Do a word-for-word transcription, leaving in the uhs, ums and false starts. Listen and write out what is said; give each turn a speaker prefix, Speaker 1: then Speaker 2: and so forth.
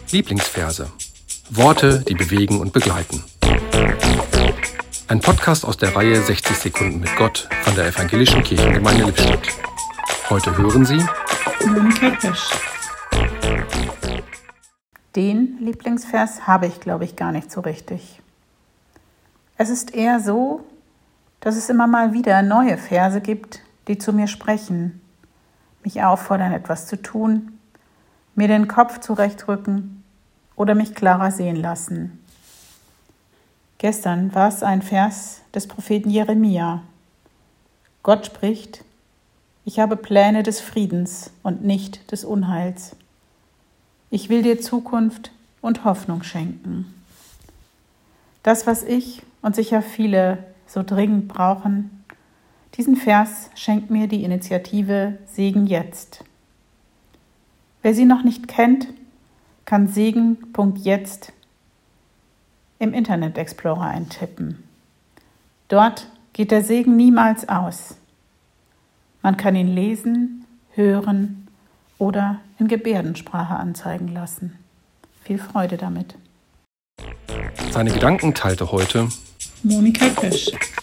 Speaker 1: Lieblingsverse. Worte, die bewegen und begleiten. Ein Podcast aus der Reihe sechzig Sekunden mit Gott von der Evangelischen Kirchengemeinde Lippstadt. Heute hören Sie
Speaker 2: Monika Pesch. Den Lieblingsvers habe ich, glaube ich, gar nicht so richtig. Es ist eher so, dass es immer mal wieder neue Verse gibt, die zu mir sprechen, mich auffordern, etwas zu tun, mir den Kopf zurechtrücken oder mich klarer sehen lassen. Gestern war es ein Vers des Propheten Jeremia. Gott spricht: Ich habe Pläne des Friedens und nicht des Unheils. Ich will dir Zukunft und Hoffnung schenken. Das, was ich und sicher viele so dringend brauchen, diesen Vers schenkt mir die Initiative Segen jetzt. Wer sie noch nicht kennt, kann segen Punkt jetzt im Internet Explorer eintippen. Dort geht der Segen niemals aus. Man kann ihn lesen, hören oder in Gebärdensprache anzeigen lassen. Viel Freude damit.
Speaker 1: Seine Gedanken teilte heute
Speaker 2: Monika Pesch.